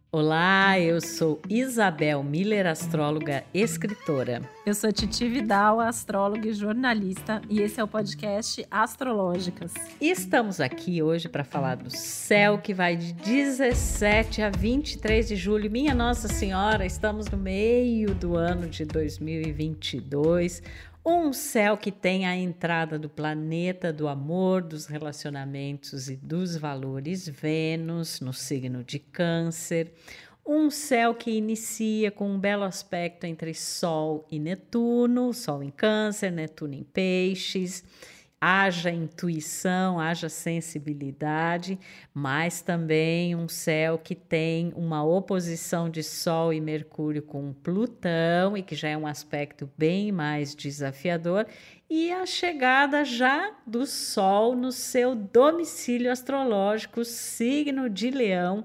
Olá, eu sou Isabel Miller, astróloga, escritora. Eu sou Titi Vidal, astróloga e jornalista, e esse é o podcast Astrológicas. E estamos aqui hoje para falar do céu que vai de 17 a 23 de julho. Minha Nossa Senhora, estamos no meio do ano de 2022. Um céu que tem a entrada do planeta do amor, dos relacionamentos e dos valores, Vênus, no signo de Câncer. Um céu que inicia com um belo aspecto entre Sol e Netuno, Sol em Câncer, Netuno em Peixes. Haja intuição, haja sensibilidade, mas também um céu que tem uma oposição de Sol e Mercúrio com Plutão e que já é um aspecto bem mais desafiador, e a chegada já do Sol no seu domicílio astrológico, signo de Leão,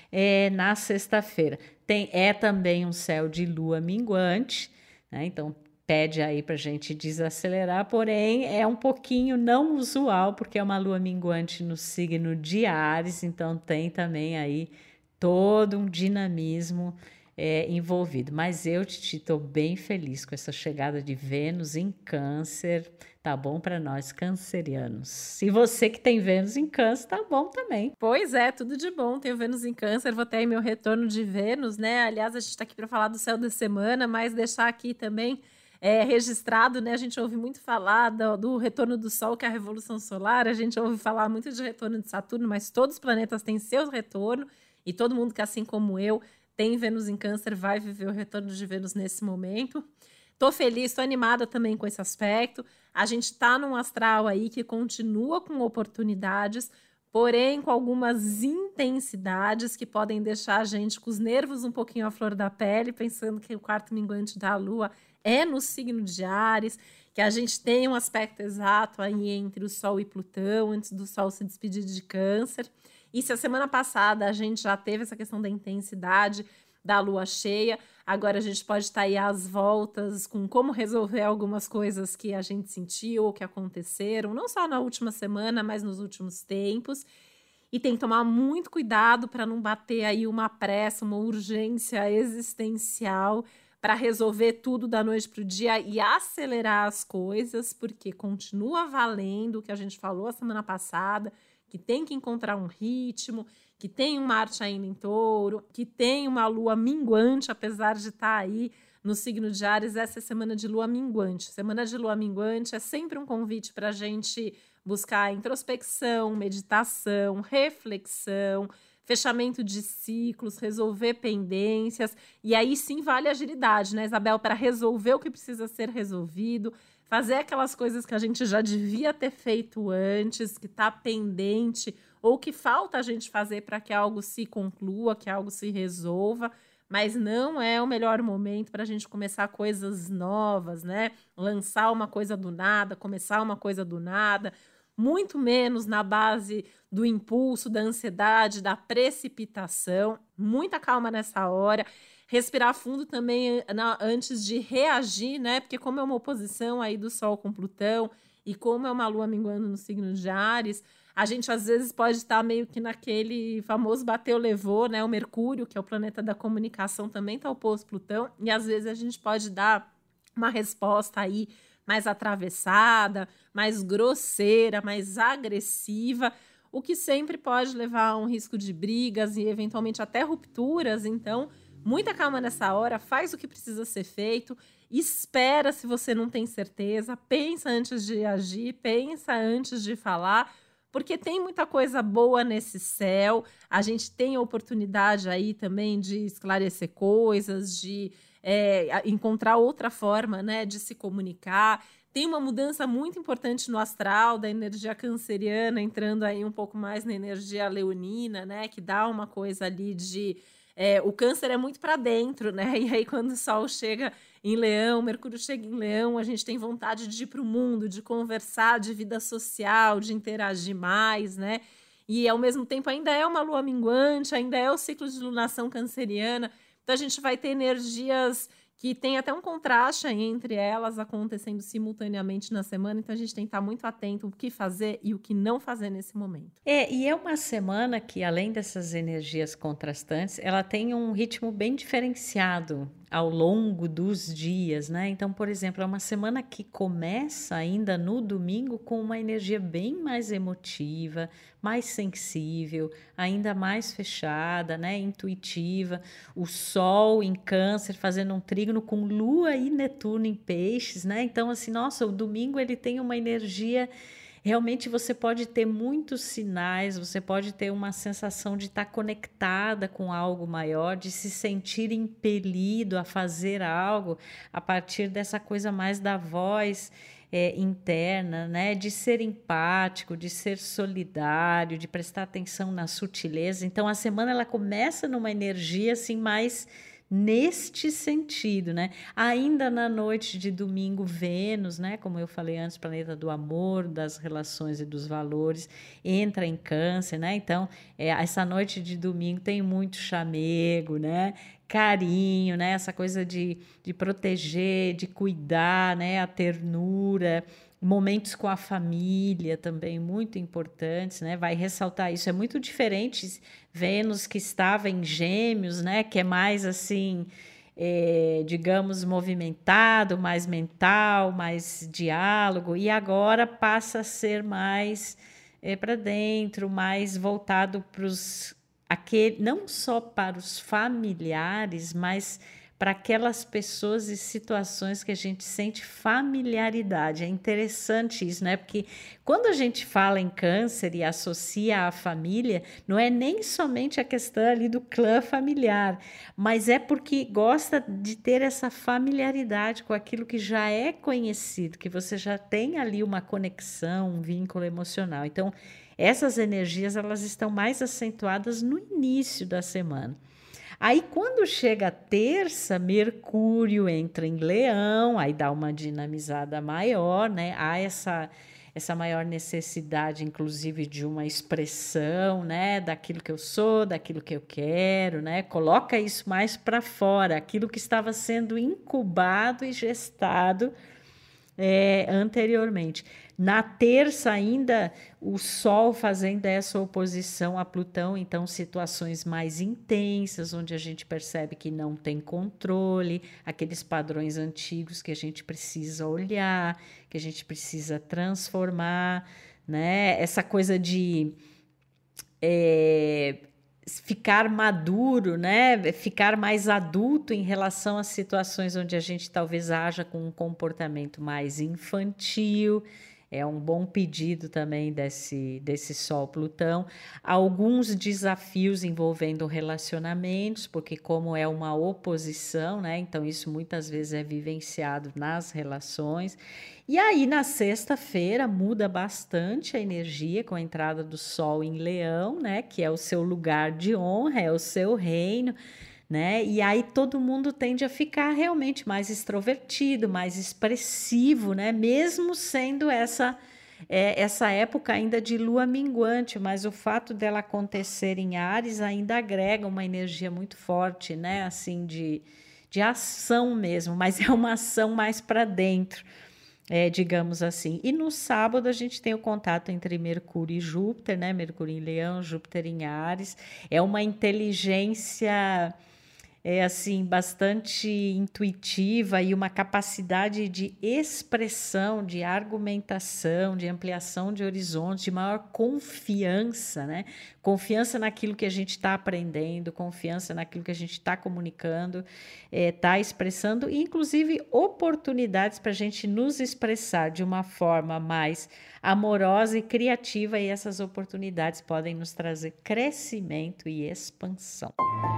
na sexta-feira. É também um céu de lua minguante, né? Então pede aí para a gente desacelerar, porém é um pouquinho não usual, porque é uma lua minguante no signo de Áries, então tem também aí todo um dinamismo envolvido. Mas eu, Titi, estou bem feliz com essa chegada de Vênus em Câncer, tá bom para nós cancerianos. E você que tem Vênus em Câncer, tá bom também. Pois é, tudo de bom. Tenho Vênus em Câncer, vou ter aí meu retorno de Vênus, né? Aliás, a gente está aqui para falar do céu da semana, mas deixar aqui também registrado, né? A gente ouve muito falar do retorno do Sol, que é a revolução solar, a gente ouve falar muito de retorno de Saturno, mas todos os planetas têm seu retorno, e todo mundo que, assim como eu, tem Vênus em Câncer, vai viver o retorno de Vênus nesse momento. Tô feliz, tô animada também com esse aspecto. A gente tá num astral aí que continua com oportunidades, porém com algumas intensidades que podem deixar a gente com os nervos um pouquinho à flor da pele, pensando que o quarto minguante da Lua é no signo de Áries, que a gente tem um aspecto exato aí entre o Sol e Plutão, antes do Sol se despedir de Câncer. E se a semana passada a gente já teve essa questão da intensidade da lua cheia, agora a gente pode estar aí às voltas com como resolver algumas coisas que a gente sentiu ou que aconteceram, não só na última semana, mas nos últimos tempos. E tem que tomar muito cuidado para não bater aí uma pressa, uma urgência existencial para resolver tudo da noite para o dia e acelerar as coisas, porque continua valendo o que a gente falou a semana passada, que tem que encontrar um ritmo, que tem um Marte ainda em Touro, que tem uma lua minguante, apesar de estar aí no signo de Áries, essa é semana de lua minguante. Semana de lua minguante é sempre um convite para a gente buscar introspecção, meditação, reflexão, fechamento de ciclos, resolver pendências, e aí sim vale agilidade, né, Isabel, para resolver o que precisa ser resolvido, fazer aquelas coisas que a gente já devia ter feito antes, que está pendente, ou que falta a gente fazer para que algo se conclua, que algo se resolva, mas não é o melhor momento para a gente começar coisas novas, né? Lançar uma coisa do nada, começar uma coisa do nada, muito menos na base do impulso, da ansiedade, da precipitação. Muita calma nessa hora. Respirar fundo também antes de reagir, né? Porque como é uma oposição aí do Sol com Plutão e como é uma lua minguando no signo de Áries, a gente às vezes pode estar meio que naquele famoso bateu-levou, né? O Mercúrio, que é o planeta da comunicação, também está oposto a Plutão, e às vezes a gente pode dar uma resposta aí mais atravessada, mais grosseira, mais agressiva, o que sempre pode levar a um risco de brigas e eventualmente até rupturas. Então, muita calma nessa hora, faz o que precisa ser feito, espera se você não tem certeza, pensa antes de agir, pensa antes de falar, porque tem muita coisa boa nesse céu, a gente tem a oportunidade aí também de esclarecer coisas, de encontrar outra forma, né, de se comunicar. Tem uma mudança muito importante no astral da energia canceriana, entrando aí um pouco mais na energia leonina, né, que dá uma coisa ali de... o câncer é muito para dentro, né? E aí quando o Sol chega em Leão, Mercúrio chega em Leão, a gente tem vontade de ir para o mundo, de conversar, de vida social, de interagir mais, né? E ao mesmo tempo ainda é uma lua minguante, ainda é o ciclo de lunação canceriana, então a gente vai ter energias que tem até um contraste aí entre elas acontecendo simultaneamente na semana, então a gente tem que estar muito atento o que fazer e o que não fazer nesse momento. E é uma semana que, além dessas energias contrastantes, ela tem um ritmo bem diferenciado ao longo dos dias, né? Então, por exemplo, é uma semana que começa ainda no domingo com uma energia bem mais emotiva, mais sensível, ainda mais fechada, né? Intuitiva. O Sol em Câncer fazendo um trígono com Lua e Netuno em Peixes, né? Então, assim, nossa, o domingo ele tem uma energia. Realmente você pode ter muitos sinais, você pode ter uma sensação de estar conectada com algo maior, de se sentir impelido a fazer algo a partir dessa coisa mais da voz interna, né? De ser empático, de ser solidário, de prestar atenção na sutileza. Então a semana ela começa numa energia assim mais neste sentido, né? Ainda na noite de domingo, Vênus, né? Como eu falei antes, planeta do amor, das relações e dos valores, entra em Câncer, né? Então, essa noite de domingo tem muito chamego, né? Carinho, né? Essa coisa de proteger, de cuidar, né? A ternura, momentos com a família também muito importantes, né? Vai ressaltar isso. É muito diferente Vênus que estava em Gêmeos, né? Que é mais assim, digamos, movimentado, mais mental, mais diálogo, e agora passa a ser mais para dentro, mais voltado para os não só para os familiares, mas para aquelas pessoas e situações que a gente sente familiaridade. É interessante isso, né? Porque quando a gente fala em Câncer e associa à família, não é nem somente a questão ali do clã familiar, mas é porque gosta de ter essa familiaridade com aquilo que já é conhecido, que você já tem ali uma conexão, um vínculo emocional. Então, essas energias elas estão mais acentuadas no início da semana. Aí, quando chega a terça, Mercúrio entra em Leão, aí dá uma dinamizada maior, né? Há essa maior necessidade, inclusive, de uma expressão, né? Daquilo que eu sou, daquilo que eu quero, né? Coloca isso mais para fora, aquilo que estava sendo incubado e gestado anteriormente. Na terça ainda, o Sol fazendo essa oposição a Plutão, então situações mais intensas, onde a gente percebe que não tem controle, aqueles padrões antigos que a gente precisa olhar, que a gente precisa transformar, né? Essa coisa de ficar maduro, né? Ficar mais adulto em relação às situações onde a gente talvez haja com um comportamento mais infantil. É um bom pedido também desse Sol Plutão. Alguns desafios envolvendo relacionamentos, porque como é uma oposição, né? Então isso muitas vezes é vivenciado nas relações. E aí na sexta-feira muda bastante a energia com a entrada do Sol em Leão, né? Que é o seu lugar de honra, é o seu reino, né? E aí todo mundo tende a ficar realmente mais extrovertido, mais expressivo, né? Mesmo sendo essa época ainda de lua minguante, mas o fato dela acontecer em Áries ainda agrega uma energia muito forte, né? Assim, de ação mesmo, mas é uma ação mais para dentro, digamos assim. E no sábado a gente tem o contato entre Mercúrio e Júpiter, né? Mercúrio em Leão, Júpiter em Áries. É uma inteligência assim bastante intuitiva e uma capacidade de expressão, de argumentação, de ampliação de horizontes, de maior confiança, né? Confiança naquilo que a gente está aprendendo, confiança naquilo que a gente está comunicando, está expressando, e inclusive oportunidades para a gente nos expressar de uma forma mais amorosa e criativa, e essas oportunidades podem nos trazer crescimento e expansão.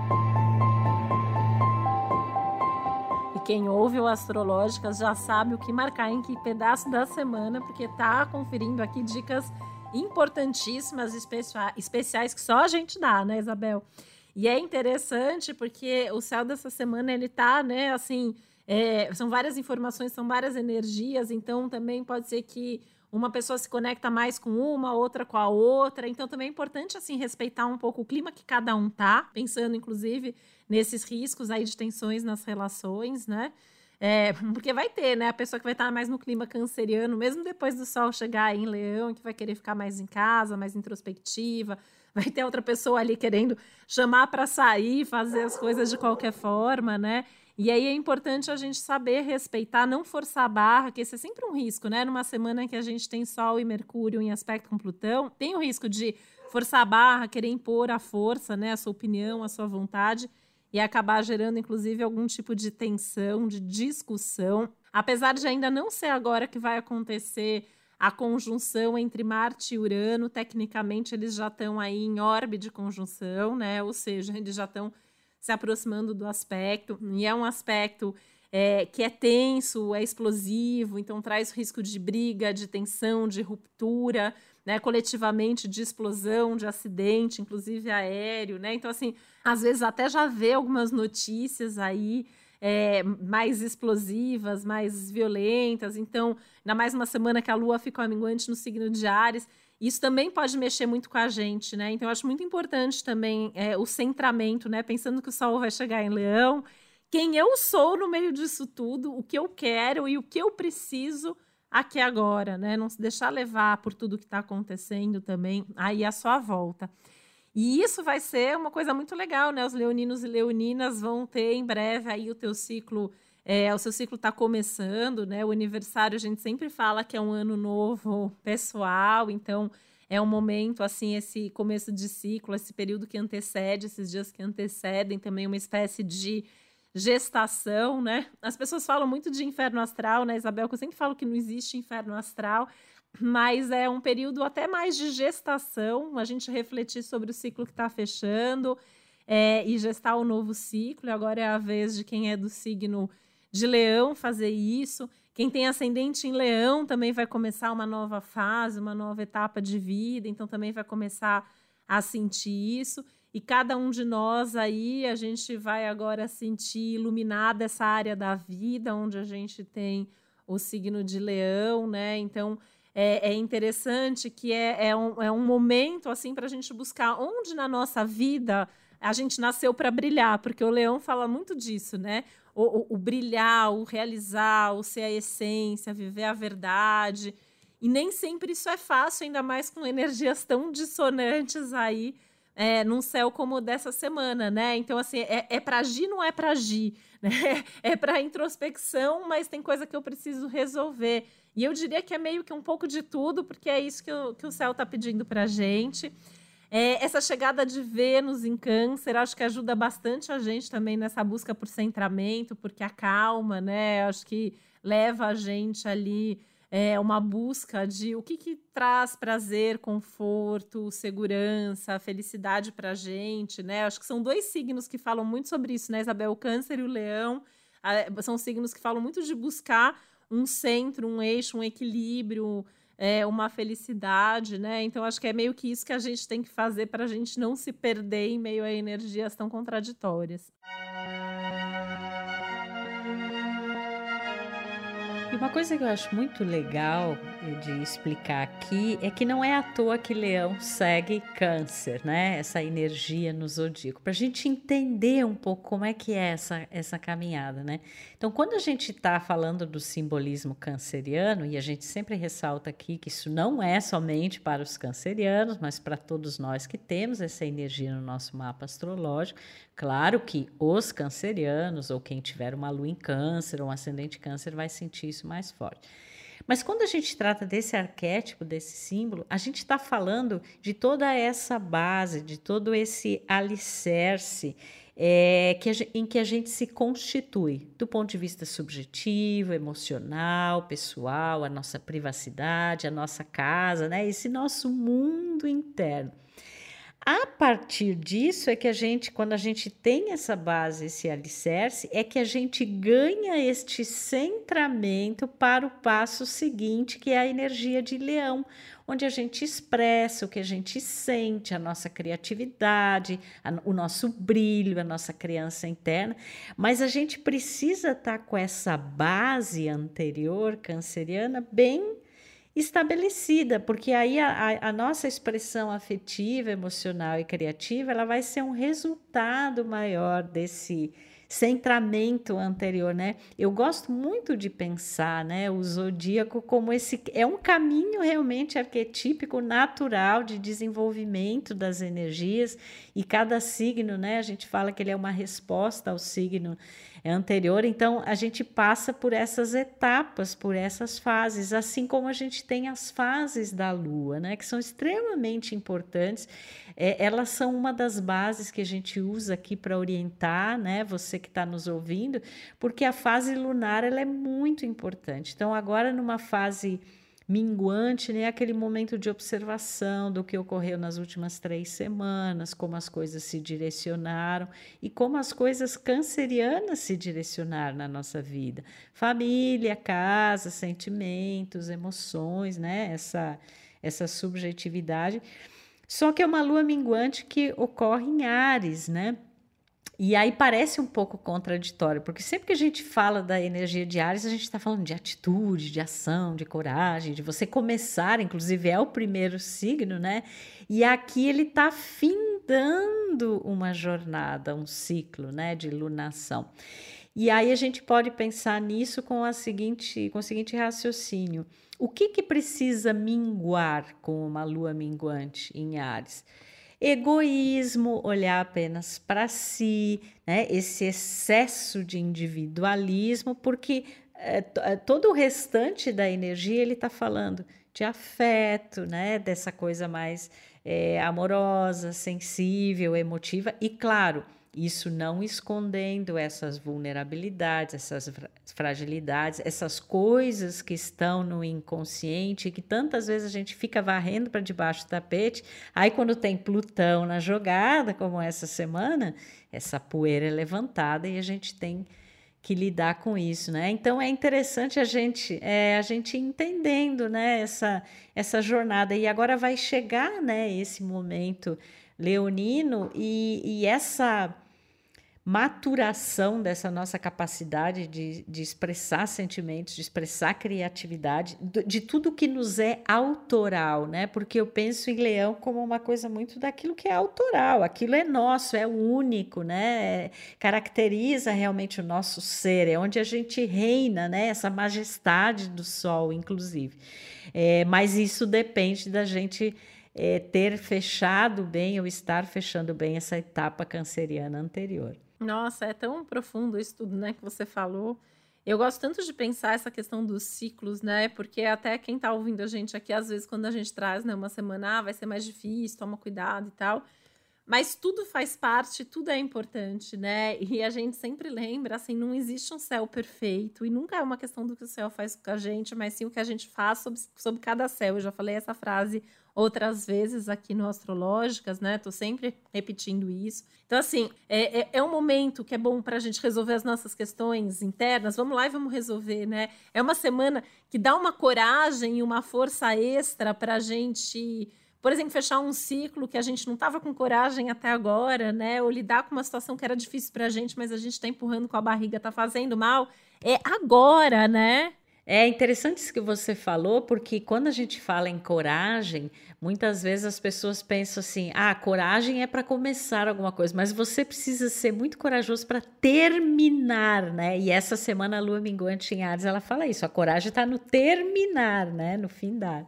Quem ouve o Astrológicas já sabe o que marcar em que pedaço da semana, porque tá conferindo aqui dicas importantíssimas, especiais que só a gente dá, né, Isabel? E é interessante porque o céu dessa semana, ele tá, né, assim, são várias informações, são várias energias, então também pode ser que uma pessoa se conecta mais com uma, outra com a outra. Então, também é importante, assim, respeitar um pouco o clima que cada um tá, pensando, inclusive, nesses riscos aí de tensões nas relações, né? Porque vai ter, né? A pessoa que vai estar mais no clima canceriano, mesmo depois do sol chegar aí em Leão, que vai querer ficar mais em casa, mais introspectiva. Vai ter outra pessoa ali querendo chamar para sair, fazer as coisas de qualquer forma, né? E aí é importante a gente saber respeitar, não forçar a barra, que esse é sempre um risco, né? Numa semana que a gente tem Sol e Mercúrio em aspecto com Plutão, tem o risco de forçar a barra, querer impor a força, né? A sua opinião, a sua vontade, e acabar gerando, inclusive, algum tipo de tensão, de discussão. Apesar de ainda não ser agora que vai acontecer a conjunção entre Marte e Urano, tecnicamente eles já estão aí em órbita de conjunção, né? Ou seja, eles já estão se aproximando do aspecto, e é um aspecto que é tenso, é explosivo, então traz risco de briga, de tensão, de ruptura, né, coletivamente, de explosão, de acidente, inclusive aéreo, né? Então, assim, às vezes até já vê algumas notícias aí mais explosivas, mais violentas. Então, ainda mais uma semana que a Lua ficou minguante no signo de Áries, isso também pode mexer muito com a gente, né? Então, eu acho muito importante também o centramento, né? Pensando que o Sol vai chegar em Leão, quem eu sou no meio disso tudo, o que eu quero e o que eu preciso aqui agora, né? Não se deixar levar por tudo que está acontecendo também aí à sua volta. E isso vai ser uma coisa muito legal, né? Os leoninos e leoninas vão ter em breve aí o teu ciclo, o seu ciclo está começando, né? O aniversário a gente sempre fala que é um ano novo pessoal, então é um momento, assim, esse começo de ciclo, esse período que antecede, esses dias que antecedem também uma espécie de gestação, né? As pessoas falam muito de inferno astral, né, Isabel? Que eu sempre falo que não existe inferno astral, mas é um período até mais de gestação, a gente refletir sobre o ciclo que está fechando e gestar o novo ciclo. E agora é a vez de quem é do signo de Leão fazer isso. Quem tem ascendente em Leão também vai começar uma nova fase, uma nova etapa de vida, então também vai começar a sentir isso. E cada um de nós aí, a gente vai agora sentir iluminada essa área da vida, onde a gente tem o signo de Leão, né? Então, é interessante que é um momento, assim, para a gente buscar onde na nossa vida a gente nasceu para brilhar, porque o Leão fala muito disso, né? O brilhar, o realizar, o ser a essência, viver a verdade. E nem sempre isso é fácil, ainda mais com energias tão dissonantes aí, num céu como o dessa semana, né? Então, assim, é para agir, não é para agir, né? É para introspecção, mas tem coisa que eu preciso resolver. E eu diria que é meio que um pouco de tudo, porque é isso que o céu está pedindo para a gente. Essa chegada de Vênus em Câncer, acho que ajuda bastante a gente também nessa busca por centramento, porque acalma, né? Acho que leva a gente ali uma busca de o que traz prazer, conforto, segurança, felicidade para a gente, né? Acho que são dois signos que falam muito sobre isso, né, Isabel? O Câncer e o Leão são signos que falam muito de buscar um centro, um eixo, um equilíbrio, uma felicidade, né? Então, acho que é meio que isso que a gente tem que fazer para a gente não se perder em meio a energias tão contraditórias. E uma coisa que eu acho muito legal de explicar aqui é que não é à toa que Leão segue Câncer, né? Essa energia no zodíaco, para a gente entender um pouco como é que é essa caminhada, né? Então, quando a gente está falando do simbolismo canceriano, e a gente sempre ressalta aqui que isso não é somente para os cancerianos, mas para todos nós que temos essa energia no nosso mapa astrológico. Claro que os cancerianos, ou quem tiver uma lua em Câncer ou um ascendente Câncer, vai sentir isso mais forte. Mas quando a gente trata desse arquétipo, desse símbolo, a gente está falando de toda essa base, de todo esse alicerce em que a gente se constitui, do ponto de vista subjetivo, emocional, pessoal, a nossa privacidade, a nossa casa, né? Esse nosso mundo interno. A partir disso é que quando a gente tem essa base, esse alicerce, é que a gente ganha este centramento para o passo seguinte, que é a energia de Leão, onde a gente expressa o que a gente sente, a nossa criatividade, o nosso brilho, a nossa criança interna, mas a gente precisa estar com essa base anterior canceriana bem estabelecida, porque aí a nossa expressão afetiva, emocional e criativa, ela vai ser um resultado maior desse centramento anterior, né? Eu gosto muito de pensar, né, o zodíaco como esse é um caminho realmente arquetípico, natural de desenvolvimento das energias, e cada signo, né, a gente fala que ele é uma resposta ao signo anterior, então a gente passa por essas etapas, por essas fases, assim como a gente tem as fases da Lua, né, que são extremamente importantes. Elas são uma das bases que a gente usa aqui para orientar, né, você que está nos ouvindo, porque a fase lunar ela é muito importante. Então, agora numa fase minguante, né, aquele momento de observação do que ocorreu nas últimas 3 semanas, como as coisas se direcionaram e como as coisas cancerianas se direcionaram na nossa vida. Família, casa, sentimentos, emoções, né, essa subjetividade. Só que é uma lua minguante que ocorre em Áries, né? E aí parece um pouco contraditório, porque sempre que a gente fala da energia de Áries, a gente está falando de atitude, de ação, de coragem, de você começar, inclusive é o primeiro signo, né? E aqui ele está findando uma jornada, um ciclo, né, de lunação. E aí a gente pode pensar nisso com o seguinte raciocínio. O que precisa minguar com uma lua minguante em Áries? Egoísmo, olhar apenas para si, né? Esse excesso de individualismo, porque todo o restante da energia ele está falando de afeto, né? Dessa coisa mais amorosa, sensível, emotiva, e claro, isso não escondendo essas vulnerabilidades, essas fragilidades, essas coisas que estão no inconsciente, que tantas vezes a gente fica varrendo para debaixo do tapete. Aí quando tem Plutão na jogada, como essa semana, essa poeira é levantada e a gente tem que lidar com isso, né? Então é interessante a gente entendendo, né, essa jornada. E agora vai chegar, né, esse momento leonino e essa maturação dessa nossa capacidade de expressar sentimentos, de expressar criatividade, de tudo que nos é autoral, né? Porque eu penso em Leão como uma coisa muito daquilo que é autoral, aquilo é nosso, é único, né? Caracteriza realmente o nosso ser, é onde a gente reina, né? Essa majestade do Sol, inclusive. Mas isso depende da gente ter fechado bem ou estar fechando bem essa etapa canceriana anterior. Nossa, é tão profundo isso tudo, né, que você falou. Eu gosto tanto de pensar essa questão dos ciclos, né? Porque até quem tá ouvindo a gente aqui, às vezes, quando a gente traz, né, uma semana, vai ser mais difícil, toma cuidado e tal. Mas tudo faz parte, tudo é importante, né? E a gente sempre lembra, assim, não existe um céu perfeito. E nunca é uma questão do que o céu faz com a gente, mas sim o que a gente faz sobre cada céu. Eu já falei essa frase outras vezes aqui no Astrológicas, né? Tô sempre repetindo isso. Então, assim, é um momento que é bom para a gente resolver as nossas questões internas. Vamos lá e vamos resolver, né? É uma semana que dá uma coragem e uma força extra para a gente, por exemplo, fechar um ciclo que a gente não estava com coragem até agora, né? Ou lidar com uma situação que era difícil para a gente, mas a gente está empurrando com a barriga, está fazendo mal. É agora, né? É interessante isso que você falou, porque quando a gente fala em coragem, muitas vezes as pessoas pensam assim: ah, coragem é para começar alguma coisa, mas você precisa ser muito corajoso para terminar, né? E essa semana a Lua minguante em Áries, ela fala isso: a coragem está no terminar, né? No findar.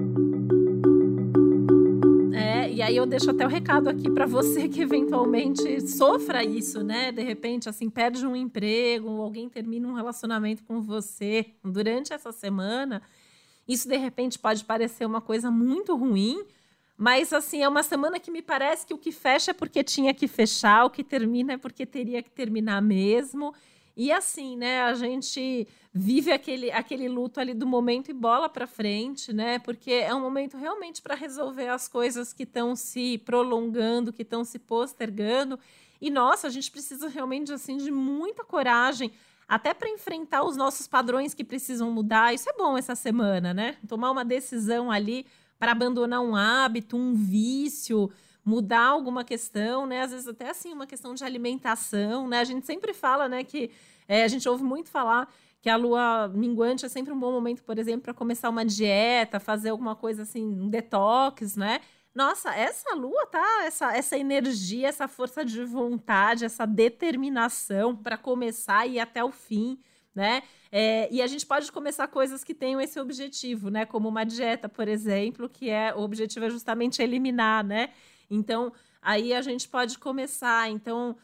E aí eu deixo até o recado aqui para você que eventualmente sofra isso, né? De repente, assim, perde um emprego, ou alguém termina um relacionamento com você durante essa semana. Isso, de repente, pode parecer uma coisa muito ruim, mas, assim, é uma semana que me parece que o que fecha é porque tinha que fechar, o que termina é porque teria que terminar mesmo. E assim, né, a gente vive aquele luto ali do momento e bola para frente, né? Porque é um momento realmente para resolver as coisas que estão se prolongando, que estão se postergando. E nossa, a gente precisa realmente assim de muita coragem, até para enfrentar os nossos padrões que precisam mudar. Isso é bom essa semana, né? Tomar uma decisão ali para abandonar um hábito, um vício, mudar alguma questão, né? Às vezes até assim uma questão de alimentação, né? A gente sempre fala, né, que a gente ouve muito falar que a lua minguante é sempre um bom momento, por exemplo, para começar uma dieta, fazer alguma coisa assim, um detox, né? Nossa, essa lua tá, essa energia, essa força de vontade, essa determinação para começar e ir até o fim, né? E a gente pode começar coisas que tenham esse objetivo, né? Como uma dieta, por exemplo, que o objetivo é justamente eliminar, né? Então, aí a gente pode começar. Então,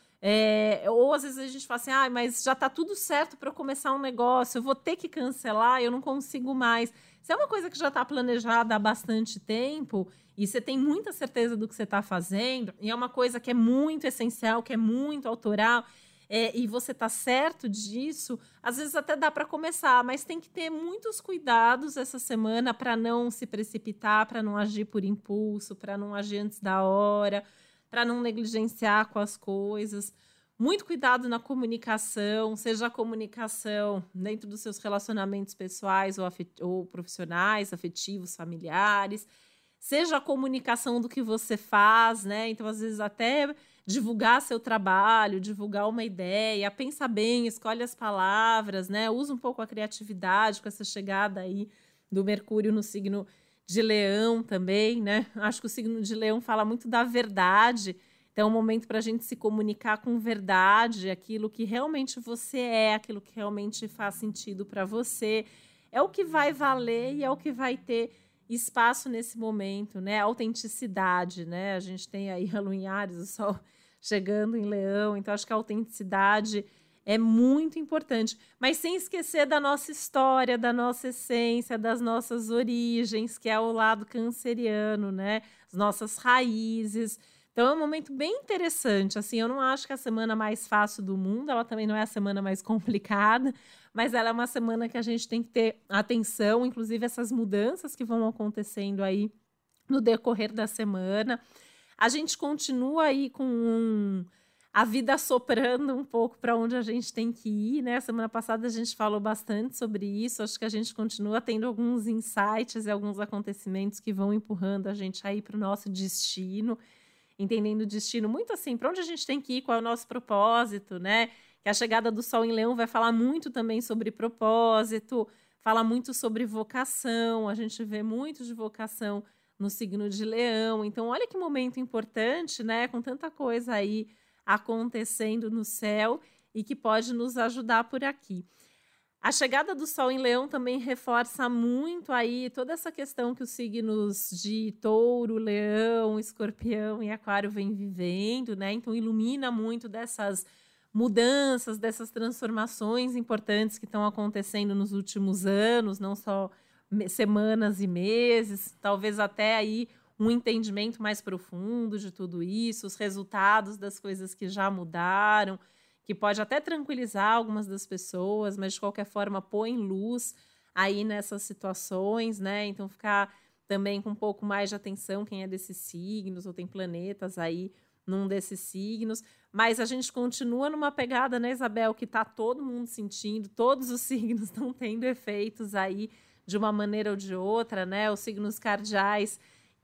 ou às vezes a gente fala assim, mas já está tudo certo para eu começar um negócio, eu vou ter que cancelar, eu não consigo mais. Se é uma coisa que já está planejada há bastante tempo e você tem muita certeza do que você está fazendo, e é uma coisa que é muito essencial, que é muito autoral, e você está certo disso, às vezes até dá para começar, mas tem que ter muitos cuidados essa semana para não se precipitar, para não agir por impulso, para não agir antes da hora, para não negligenciar com as coisas. Muito cuidado na comunicação, seja a comunicação dentro dos seus relacionamentos pessoais ou profissionais, afetivos, familiares, seja a comunicação do que você faz, né? Então, às vezes, até divulgar seu trabalho, divulgar uma ideia, pensa bem, escolhe as palavras, né? Usa um pouco a criatividade com essa chegada aí do Mercúrio no signo de Leão também, né? Acho que o signo de Leão fala muito da verdade, então é um momento para a gente se comunicar com verdade, aquilo que realmente você é, aquilo que realmente faz sentido para você, é o que vai valer e é o que vai ter espaço nesse momento, né? Autenticidade, né? A gente tem aí a Lua em Áries, o Sol chegando em Leão, então acho que a autenticidade é muito importante, mas sem esquecer da nossa história, da nossa essência, das nossas origens, que é o lado canceriano, né? As nossas raízes. Então é um momento bem interessante, assim, eu não acho que é a semana mais fácil do mundo, ela também não é a semana mais complicada, mas ela é uma semana que a gente tem que ter atenção, inclusive essas mudanças que vão acontecendo aí no decorrer da semana. A gente continua aí com a vida soprando um pouco para onde a gente tem que ir, né? Semana passada a gente falou bastante sobre isso, acho que a gente continua tendo alguns insights e alguns acontecimentos que vão empurrando a gente aí para o nosso destino, entendendo o destino muito assim, para onde a gente tem que ir, qual é o nosso propósito, né? Que a chegada do Sol em Leão vai falar muito também sobre propósito, fala muito sobre vocação, a gente vê muito de vocação no signo de Leão. Então, olha que momento importante, né? Com tanta coisa aí acontecendo no céu e que pode nos ajudar por aqui. A chegada do Sol em Leão também reforça muito aí toda essa questão que os signos de Touro, Leão, Escorpião e Aquário vêm vivendo, né? Então ilumina muito dessas mudanças, dessas transformações importantes que estão acontecendo nos últimos anos, não só semanas e meses, talvez até aí um entendimento mais profundo de tudo isso, os resultados das coisas que já mudaram, que pode até tranquilizar algumas das pessoas, mas de qualquer forma põe luz aí nessas situações, né? Então ficar também com um pouco mais de atenção quem é desses signos ou tem planetas aí num desses signos, mas a gente continua numa pegada, né, Isabel, que tá todo mundo sentindo, todos os signos estão tendo efeitos aí de uma maneira ou de outra, né? Os signos cardeais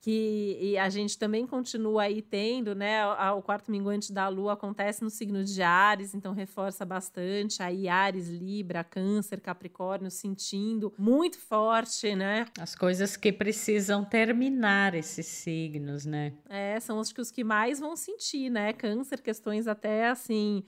que a gente também continua aí tendo, né? O quarto minguante da Lua acontece no signo de Áries, então reforça bastante aí Áries, Libra, Câncer, Capricórnio sentindo muito forte, né? As coisas que precisam terminar esses signos, né? São os que mais vão sentir, né? Câncer, questões até assim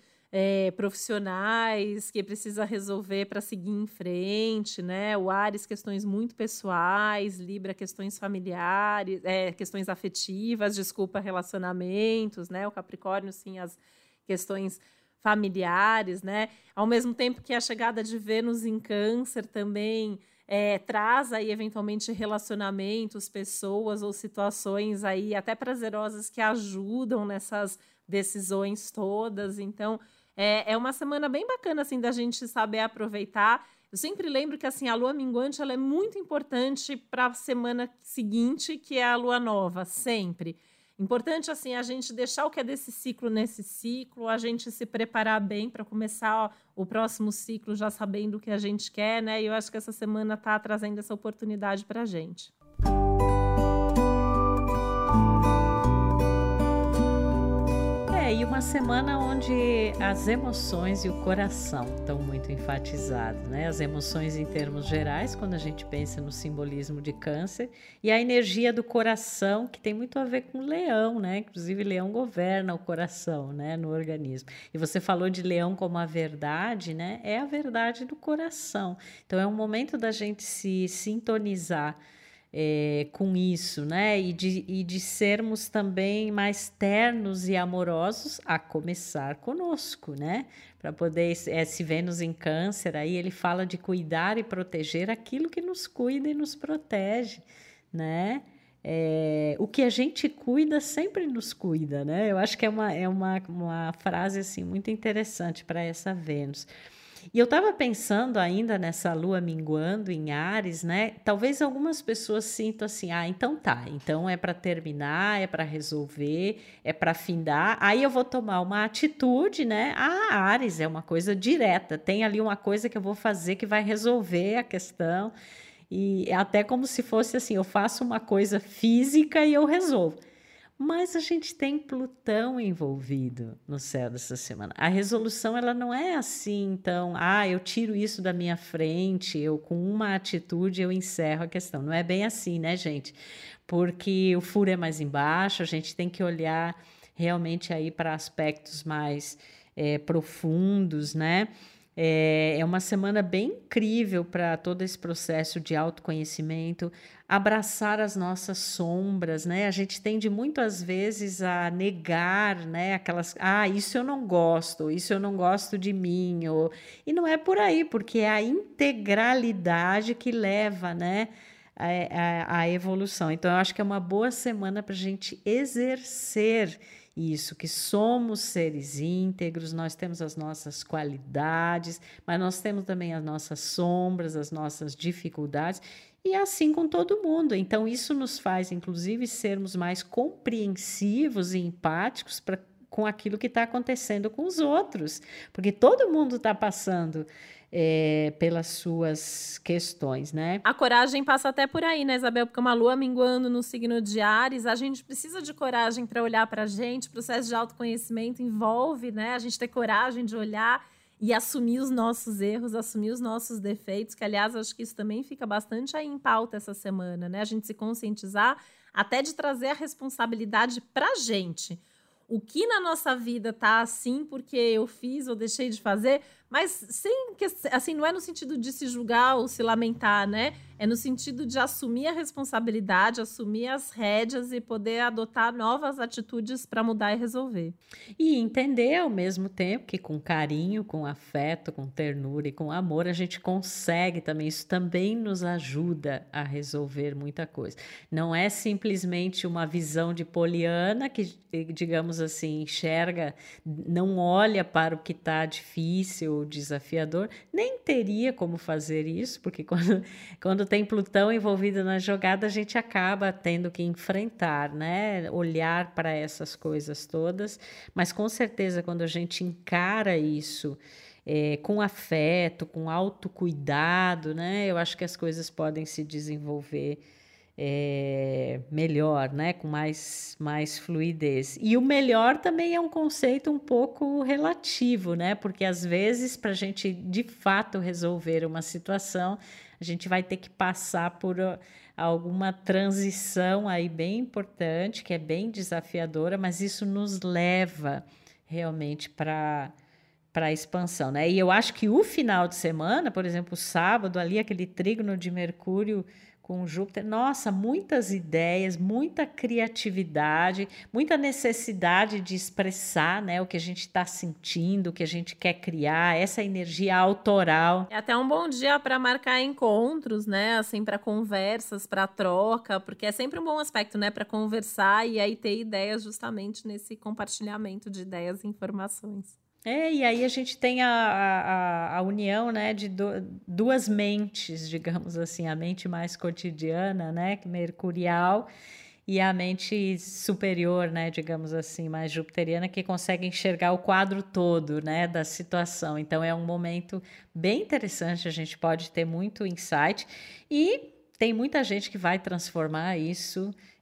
profissionais que precisa resolver para seguir em frente, né? O Áries, questões muito pessoais, Libra, questões familiares, questões afetivas, relacionamentos, né? O Capricórnio, sim, as questões familiares, né? Ao mesmo tempo que a chegada de Vênus em Câncer também traz aí eventualmente relacionamentos, pessoas ou situações aí até prazerosas que ajudam nessas decisões todas. Então é uma semana bem bacana assim da gente saber aproveitar. Eu sempre lembro que assim a lua minguante ela é muito importante para a semana seguinte, que é a lua nova, sempre. Importante assim a gente deixar o que é desse ciclo nesse ciclo, a gente se preparar bem para começar o próximo ciclo já sabendo o que a gente quer, né? E eu acho que essa semana está trazendo essa oportunidade para a gente. E uma uma semana onde as emoções e o coração estão muito enfatizados, né? As emoções em termos gerais, quando a gente pensa no simbolismo de Câncer, e a energia do coração, que tem muito a ver com o leão, né? Inclusive, leão governa o coração, né? No organismo. E você falou de leão como a verdade, né? É a verdade do coração. Então, é um momento da gente se sintonizar com isso, né? E de sermos também mais ternos e amorosos, a começar conosco, né? Para poder, se Vênus em Câncer, aí ele fala de cuidar e proteger aquilo que nos cuida e nos protege, né? O que a gente cuida sempre nos cuida, né? Eu acho que é uma frase assim, muito interessante para essa Vênus. E eu estava pensando ainda nessa lua minguando em Áries, né? Talvez algumas pessoas sintam assim: ah, então tá, então é para terminar, é para resolver, é para findar. Aí eu vou tomar uma atitude, né? Ah, Áries é uma coisa direta, tem ali uma coisa que eu vou fazer que vai resolver a questão. E é até como se fosse assim: eu faço uma coisa física e eu resolvo. Mas a gente tem Plutão envolvido no céu dessa semana. A resolução ela não é assim, então, eu tiro isso da minha frente, eu com uma atitude eu encerro a questão. Não é bem assim, né, gente? Porque o furo é mais embaixo, a gente tem que olhar realmente aí para aspectos mais profundos, né? É uma semana bem incrível para todo esse processo de autoconhecimento, abraçar as nossas sombras, né? A gente tende muitas vezes a negar, né? Aquelas, isso eu não gosto, isso eu não gosto de mim, e não é por aí, porque é a integralidade que leva, né? A evolução. Então, eu acho que é uma boa semana para a gente exercer isso, que somos seres íntegros, nós temos as nossas qualidades, mas nós temos também as nossas sombras, as nossas dificuldades, e assim com todo mundo. Então, isso nos faz, inclusive, sermos mais compreensivos e empáticos com aquilo que está acontecendo com os outros, porque todo mundo está passando pelas suas questões, né? A coragem passa até por aí, né, Isabel? Porque uma lua minguando no signo de Áries, a gente precisa de coragem para olhar para a gente. O processo de autoconhecimento envolve, né, a gente ter coragem de olhar e assumir os nossos erros, assumir os nossos defeitos, que, aliás, acho que isso também fica bastante aí em pauta essa semana, né? A gente se conscientizar até de trazer a responsabilidade para a gente. O que na nossa vida tá assim porque eu fiz ou deixei de fazer, mas sem que, assim, não é no sentido de se julgar ou se lamentar, né? É no sentido de assumir a responsabilidade, assumir as rédeas e poder adotar novas atitudes para mudar e resolver. E entender ao mesmo tempo que com carinho, com afeto, com ternura e com amor, a gente consegue também, isso também nos ajuda a resolver muita coisa. Não é simplesmente uma visão de Poliana que, digamos assim, enxerga, não olha para o que está difícil, desafiador, nem teria como fazer isso, porque quando tem Plutão envolvido na jogada, a gente acaba tendo que enfrentar, né? Olhar para essas coisas todas, mas com certeza quando a gente encara isso com afeto, com autocuidado, né? Eu acho que as coisas podem se desenvolver melhor, né? Com mais fluidez. E o melhor também é um conceito um pouco relativo, né? Porque às vezes, para a gente de fato resolver uma situação, a gente vai ter que passar por alguma transição aí bem importante, que é bem desafiadora, mas isso nos leva realmente para a expansão, né? E eu acho que o final de semana, por exemplo, o sábado ali, aquele trígono de Mercúrio com Júpiter, nossa, muitas ideias, muita criatividade, muita necessidade de expressar, né, o que a gente está sentindo, o que a gente quer criar, essa energia autoral. É até um bom dia para marcar encontros, né, assim, para conversas, para troca, porque é sempre um bom aspecto, né, para conversar e aí ter ideias justamente nesse compartilhamento de ideias e informações. E aí a gente tem a união, né, de duas mentes, digamos assim, a mente mais cotidiana, né, mercurial, e a mente superior, né, digamos assim, mais jupiteriana, que consegue enxergar o quadro todo, né, da situação. Então é um momento bem interessante, a gente pode ter muito insight e tem muita gente que vai transformar isso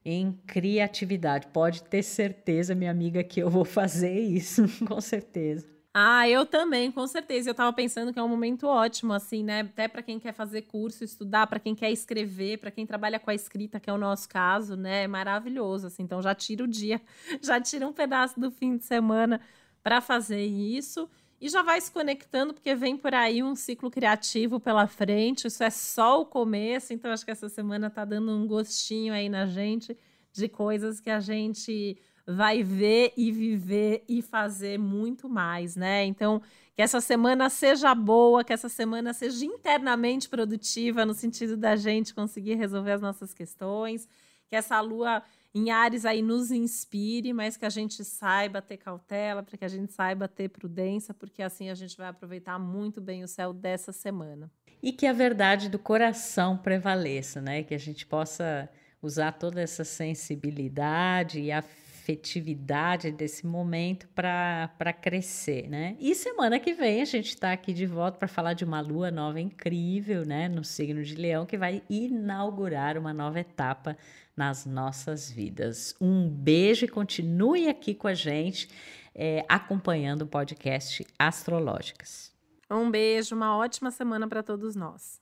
em criatividade. Pode ter certeza, minha amiga, que eu vou fazer isso, com certeza. Eu também, com certeza. Eu tava pensando que é um momento ótimo, assim, né? Até para quem quer fazer curso, estudar, para quem quer escrever, para quem trabalha com a escrita, que é o nosso caso, né? É maravilhoso, assim. Então já tira o dia, já tira um pedaço do fim de semana para fazer isso. E já vai se conectando, porque vem por aí um ciclo criativo pela frente. Isso é só o começo, então acho que essa semana tá dando um gostinho aí na gente de coisas que a gente vai ver e viver e fazer muito mais, né? Então, que essa semana seja boa, que essa semana seja internamente produtiva, no sentido da gente conseguir resolver as nossas questões, que essa lua em Áries aí nos inspire, mas que a gente saiba ter cautela, para que a gente saiba ter prudência, porque assim a gente vai aproveitar muito bem o céu dessa semana. E que a verdade do coração prevaleça, né? Que a gente possa usar toda essa sensibilidade e afetividade desse momento para crescer, né? E semana que vem a gente está aqui de volta para falar de uma lua nova incrível, né? No signo de Leão, que vai inaugurar uma nova etapa nas nossas vidas. Um beijo e continue aqui com a gente, acompanhando o podcast Astrológicas. Um beijo, uma ótima semana para todos nós.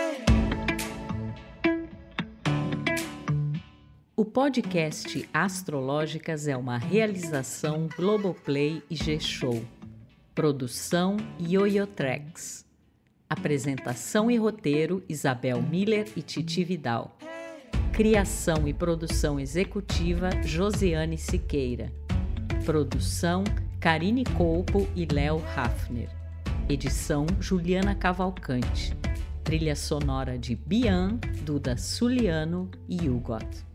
O podcast Astrológicas é uma realização Globoplay e G-Show. Produção Yoyotracks. Apresentação e roteiro Isabel Miller e Titi Vidal. Criação e produção executiva Josiane Siqueira. Produção Karine Colpo e Léo Hafner. Edição Juliana Cavalcante. Trilha sonora de Bian, Duda Suliano e Hugot.